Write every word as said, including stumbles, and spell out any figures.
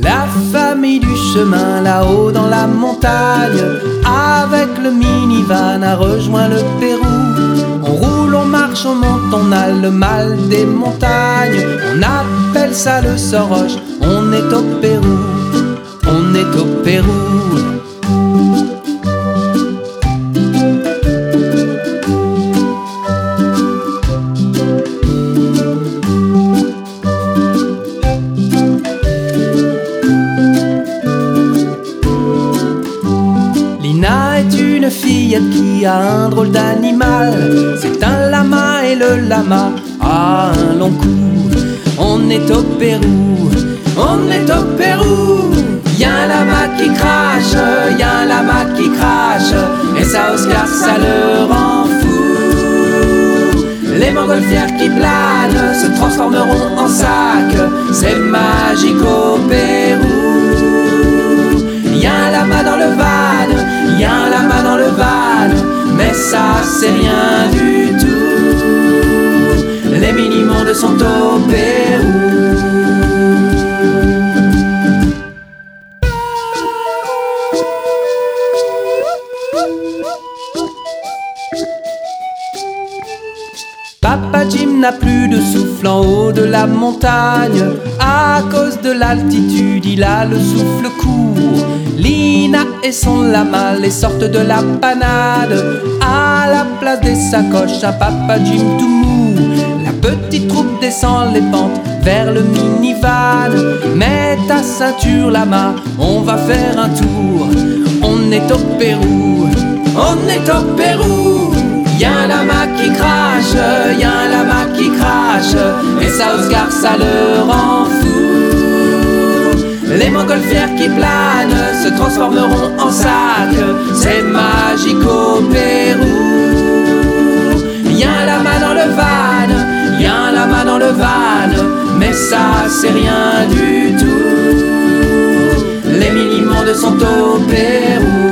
La famille du chemin, là-haut dans la montagne, avec le minivan a rejoint le Pérou. On roule, on marche, on monte, on a le mal des montagnes. On appelle ça le Soroche, on est au Pérou, on est au Pérou. Lina est une fillette qui a un drôle d'animal. C'est un lama et le lama a un long cou. On est au Pérou, on est au Pérou. Y'a un lama qui crache, y'a un lama qui crache, et ça Oscar ça le rend fou. Les montgolfières qui planent se transformeront en sac. C'est magique au Pérou. Y'a un lama dans le van, y'a un lama dans le van, mais ça c'est rien du tout. Les mini-mondes sont au Pérou. Papa Jim n'a plus de souffle en haut de la montagne. À cause de l'altitude, il a le souffle court. Lina et son lama les sortent de la panade. À la place des sacoches, un Papa Jim tout mou. La petite troupe descend les pentes vers le minivan. Mets ta ceinture lama, on va faire un tour. On est au Pérou, on est au Pérou. Y'a un lama qui crache, y'a un lama qui crache, et ça Oscar ça le rend fou. Les montgolfières qui planent se transformeront en sac. C'est magique au Pérou. Y'a un lama dans le van, y'a un lama dans le van, mais ça c'est rien du tout. Les mini-mondes sont au Pérou.